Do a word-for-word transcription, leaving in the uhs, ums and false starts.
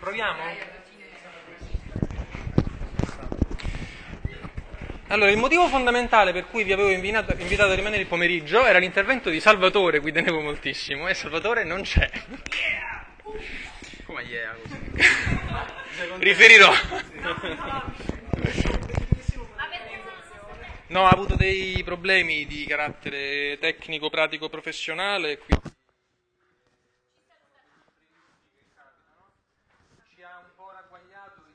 Proviamo? Allora, il motivo fondamentale per cui vi avevo invitato, invitato a rimanere il pomeriggio era l'intervento di Salvatore, cui tenevo moltissimo, e Salvatore non c'è. Come yeah, così? Riferirò. No, ha avuto dei problemi di carattere tecnico, pratico, professionale, e quindi ci ha un po' ragguagliato